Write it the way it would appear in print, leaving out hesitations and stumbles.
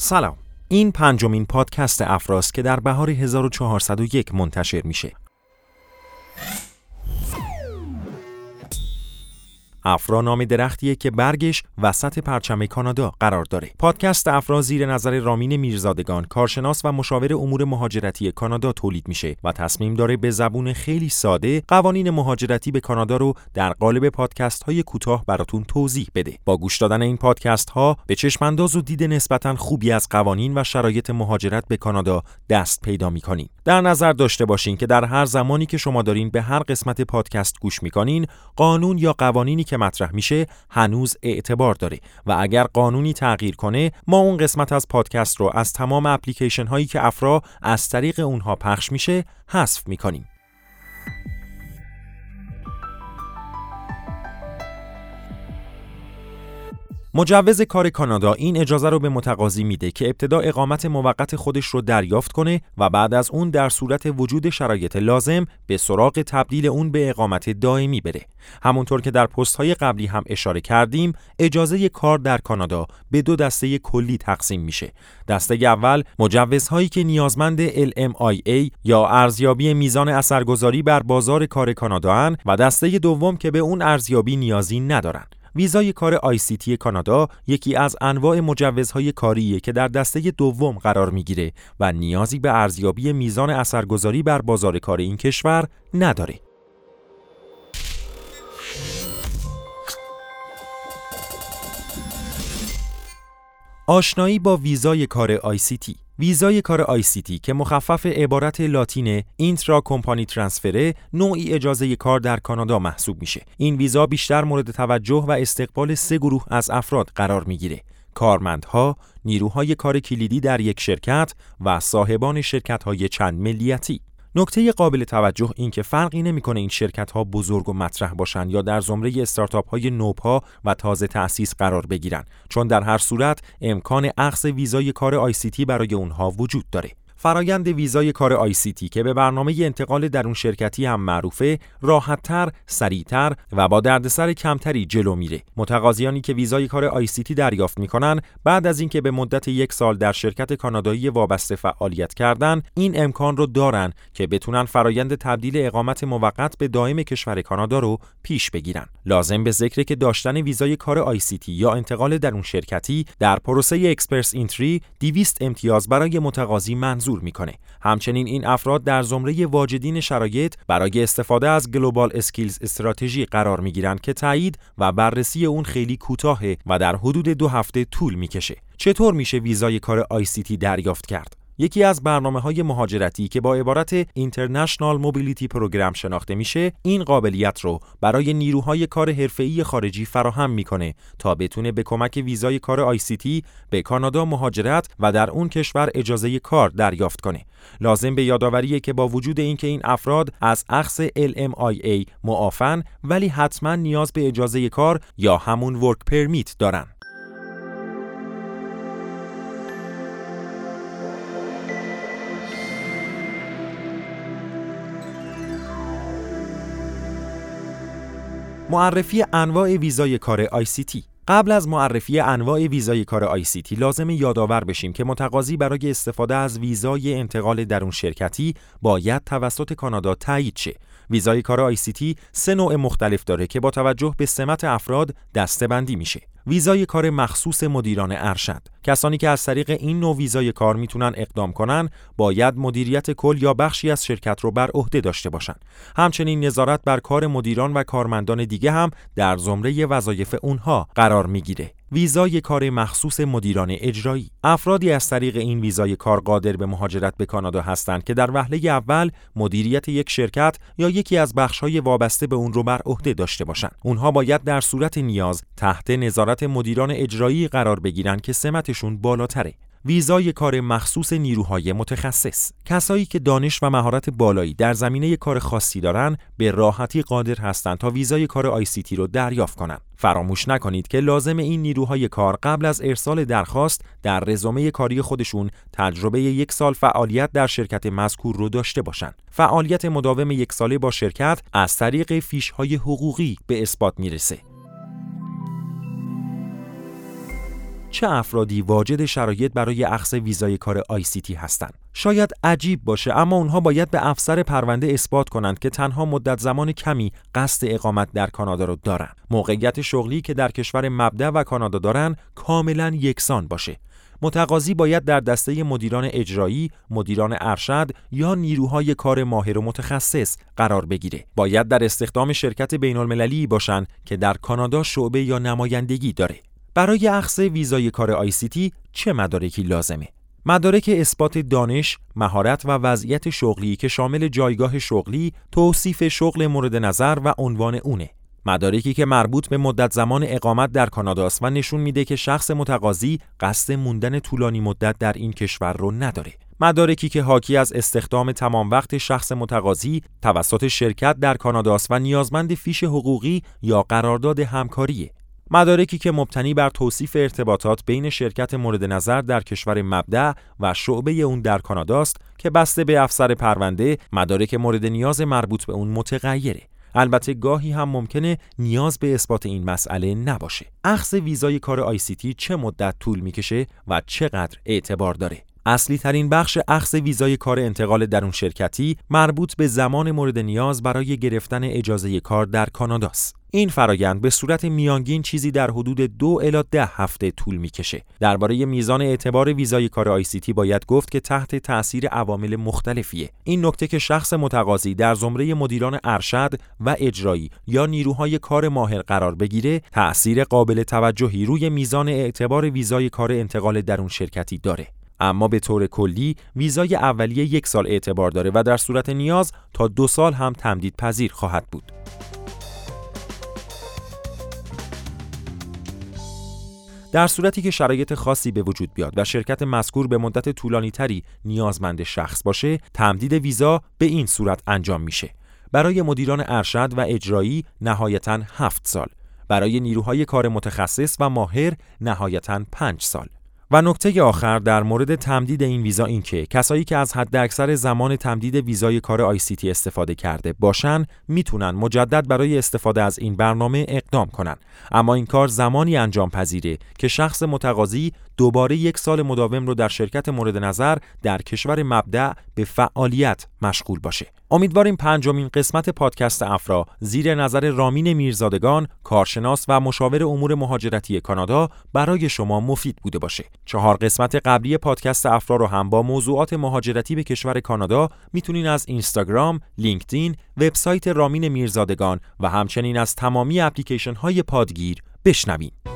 سلام. این پنجمین پادکست افراست که در بهار 1401 منتشر میشه. افرا نام درختیه که برگش وسط پرچم کانادا قرار داره. پادکست افرا زیر نظر رامین میرزادگان، کارشناس و مشاور امور مهاجرتی کانادا تولید میشه و تصمیم داره به زبون خیلی ساده قوانین مهاجرتی به کانادا رو در قالب پادکست های کوتاه براتون توضیح بده. با گوش دادن این پادکست ها به چشم انداز و دید نسبتاً خوبی از قوانین و شرایط مهاجرت به کانادا دست پیدا میکنین. در نظر داشته باشین که در هر زمانی که شما دارین به هر قسمت پادکست گوش میکنین، قانون یا قوانینی که مطرح میشه هنوز اعتبار داره و اگر قانونی تغییر کنه ما اون قسمت از پادکست رو از تمام اپلیکیشن هایی که افرا از طریق اونها پخش میشه حذف میکنیم. مجوز کار کانادا این اجازه رو به متقاضی میده که ابتدا اقامت موقت خودش رو دریافت کنه و بعد از اون در صورت وجود شرایط لازم به سراغ تبدیل اون به اقامت دائمی بره. همونطور که در پست‌های قبلی هم اشاره کردیم، اجازه کار در کانادا به دو دسته کلی تقسیم میشه. دسته اول مجوزهایی که نیازمند LMIA یا ارزیابی میزان اثرگذاری بر بازار کار کانادا هن و دسته دوم که به اون ارزیابی نیازی ندارن. ویزای کار ICT کانادا یکی از انواع مجوزهای کاریه که در دسته دوم قرار میگیره و نیازی به ارزیابی میزان اثرگذاری بر بازار کار این کشور نداره. آشنایی با ویزای کار ICT. ویزای کار ICT که مخفف عبارت لاتین اینترا کمپانی ترانسفر، نوعی اجازه کار در کانادا محسوب میشه. این ویزا بیشتر مورد توجه و استقبال سه گروه از افراد قرار میگیره: کارمندها، نیروهای کار کلیدی در یک شرکت و صاحبان شرکت‌های چند ملیتی. نکته قابل توجه این که فرقی نمیکنه این شرکت‌ها بزرگ و مطرح باشن یا در زمره استارتاپ‌های نوپا و تازه تأسیس قرار بگیرن، چون در هر صورت امکان اخذ ویزای کار ICT برای اونها وجود داره. فرایند ویزای کار ICT که به برنامه انتقال درون شرکتی هم معروفه، راحت‌تر، سریع‌تر و با دردسر کمتری جلو میره. متقاضیانی که ویزای کار ICT دریافت میکنن بعد از اینکه به مدت 1 سال در شرکت کانادایی وابسته فعالیت کردن، این امکان رو دارن که بتونن فرایند تبدیل اقامت موقت به دائم کشور کانادا رو پیش بگیرن. لازم به ذکره که داشتن ویزای کار ICT یا انتقال درون شرکتی در پروسه اکسپرس اینتری 200 امتیاز برای متقاضی منظور میکنه. همچنین این افراد در زمره واجدین شرایط برای استفاده از گلوبال اسکیلز استراتژی قرار میگیرن که تایید و بررسی اون خیلی کوتاهه و در حدود 2 هفته طول میکشه. چطور میشه ویزای کار ICT دریافت کرد؟ یکی از برنامه‌های مهاجرتی که با عبارت International Mobility Program شناخته میشه، این قابلیت رو برای نیروهای کار حرفه‌ای خارجی فراهم میکنه تا بتونه به کمک ویزای کار ICT به کانادا مهاجرت و در اون کشور اجازه کار دریافت کنه. لازم به یادآوریه که با وجود اینکه این افراد از اخذ LMIA معافن، ولی حتما نیاز به اجازه کار یا همون ورک پرمیت دارن. معرفی انواع ویزای کار ICT. قبل از معرفی انواع ویزای کار ICT لازمه یادآور بشیم که متقاضی برای استفاده از ویزای انتقال درون شرکتی باید توسط کانادا تایید شه. ویزای کار ICT 3 نوع مختلف داره که با توجه به سمت افراد دسته‌بندی میشه. ویزای کار مخصوص مدیران ارشد. کسانی که از طریق این نوع ویزای کار میتونن اقدام کنن، باید مدیریت کل یا بخشی از شرکت رو بر عهده داشته باشن. همچنین نظارت بر کار مدیران و کارمندان دیگه هم در زمره وظایف اونها قرار میگیره. ویزای کار مخصوص مدیران اجرایی. افرادی از طریق این ویزای کار قادر به مهاجرت به کانادا هستند که در وهله اول مدیریت یک شرکت یا یکی از بخش‌های وابسته به اون رو بر عهده داشته باشند. اونها باید در صورت نیاز تحت نظارت مدیران اجرایی قرار بگیرن که سمتشون بالاتره. ویزای کار مخصوص نیروهای متخصص. کسایی که دانش و مهارت بالایی در زمینه کار خاصی دارن به راحتی قادر هستند تا ویزای کار ICT رو دریافت کنن. فراموش نکنید که لازم این نیروهای کار قبل از ارسال درخواست در رزومه کاری خودشون تجربه 1 سال فعالیت در شرکت مذکور رو داشته باشن. فعالیت مداوم 1 ساله با شرکت از طریق فیش‌های حقوقی به اثبات میرسه. چه افرادی واجد شرایط برای اخذ ویزای کار ICT هستند؟ شاید عجیب باشه، اما اونها باید به افسر پرونده اثبات کنند که تنها مدت زمان کمی قصد اقامت در کانادا رو دارن. موقعیت شغلی که در کشور مبدأ و کانادا دارن کاملا یکسان باشه. متقاضی باید در دسته مدیران اجرایی، مدیران ارشد یا نیروهای کار ماهر و متخصص قرار بگیره. باید در استخدام شرکت بین‌المللی باشن که در کانادا شعبه یا نمایندگی داره. برای اخذ ویزای کار ICT چه مدارکی لازمه؟ مدارک اثبات دانش، مهارت و وضعیت شغلی که شامل جایگاه شغلی، توصیف شغل مورد نظر و عنوان اونه. مدارکی که مربوط به مدت زمان اقامت در کانادا است و نشون میده که شخص متقاضی قصد موندن طولانی مدت در این کشور رو نداره. مدارکی که حاکی از استخدام تمام وقت شخص متقاضی توسط شرکت در کانادا است و نیازمند فیش حقوقی یا قرارداد همکاریه. مدارکی که مبتنی بر توصیف ارتباطات بین شرکت مورد نظر در کشور مبدأ و شعبه اون در کانادا است که بسته به افسر پرونده مدارک مورد نیاز مربوط به اون متغیره. البته گاهی هم ممکنه نیاز به اثبات این مسئله نباشه. اخذ ویزای کار ICT چه مدت طول میکشه و چقدر اعتبار داره؟ اصلی ترین بخش اخذ ویزای کار انتقال درون شرکتی مربوط به زمان مورد نیاز برای گرفتن اجازه کار در کانادا است. این فرایند به صورت میانگین چیزی در حدود 2 الی 10 هفته طول میکشه. درباره میزان اعتبار ویزای کار ICT باید گفت که تحت تأثیر عوامل مختلفیه. این نکته که شخص متقاضی در زمره مدیران ارشد و اجرایی یا نیروهای کار ماهر قرار بگیره، تأثیر قابل توجهی روی میزان اعتبار ویزای کار انتقال درون شرکتی داره. اما به طور کلی ویزای اولیه 1 سال اعتبار داره و در صورت نیاز تا 2 سال هم تمدید پذیر خواهد بود. در صورتی که شرایط خاصی به وجود بیاد و شرکت مذکور به مدت طولانی‌تری نیازمند شخص باشه، تمدید ویزا به این صورت انجام میشه. برای مدیران ارشد و اجرایی نهایتاً 7 سال، برای نیروهای کار متخصص و ماهر نهایتاً 5 سال. و نکته آخر در مورد تمدید این ویزا این که کسایی که از حد اکثر زمان تمدید ویزای کار ICT استفاده کرده باشن میتونن مجدد برای استفاده از این برنامه اقدام کنن، اما این کار زمانی انجام پذیره که شخص متقاضی دوباره 1 سال مداوم رو در شرکت مورد نظر در کشور مبدأ به فعالیت مشغول باشه. امیدواریم 5مین قسمت پادکست افرا زیر نظر رامین میرزادگان، کارشناس و مشاور امور مهاجرتی کانادا برای شما مفید بوده باشه. 4 قسمت قبلی پادکست افرا رو هم با موضوعات مهاجرتی به کشور کانادا میتونین از اینستاگرام، لینکدین، وبسایت رامین میرزادگان و همچنین از تمامی اپلیکیشن های پادگیر بشنوین.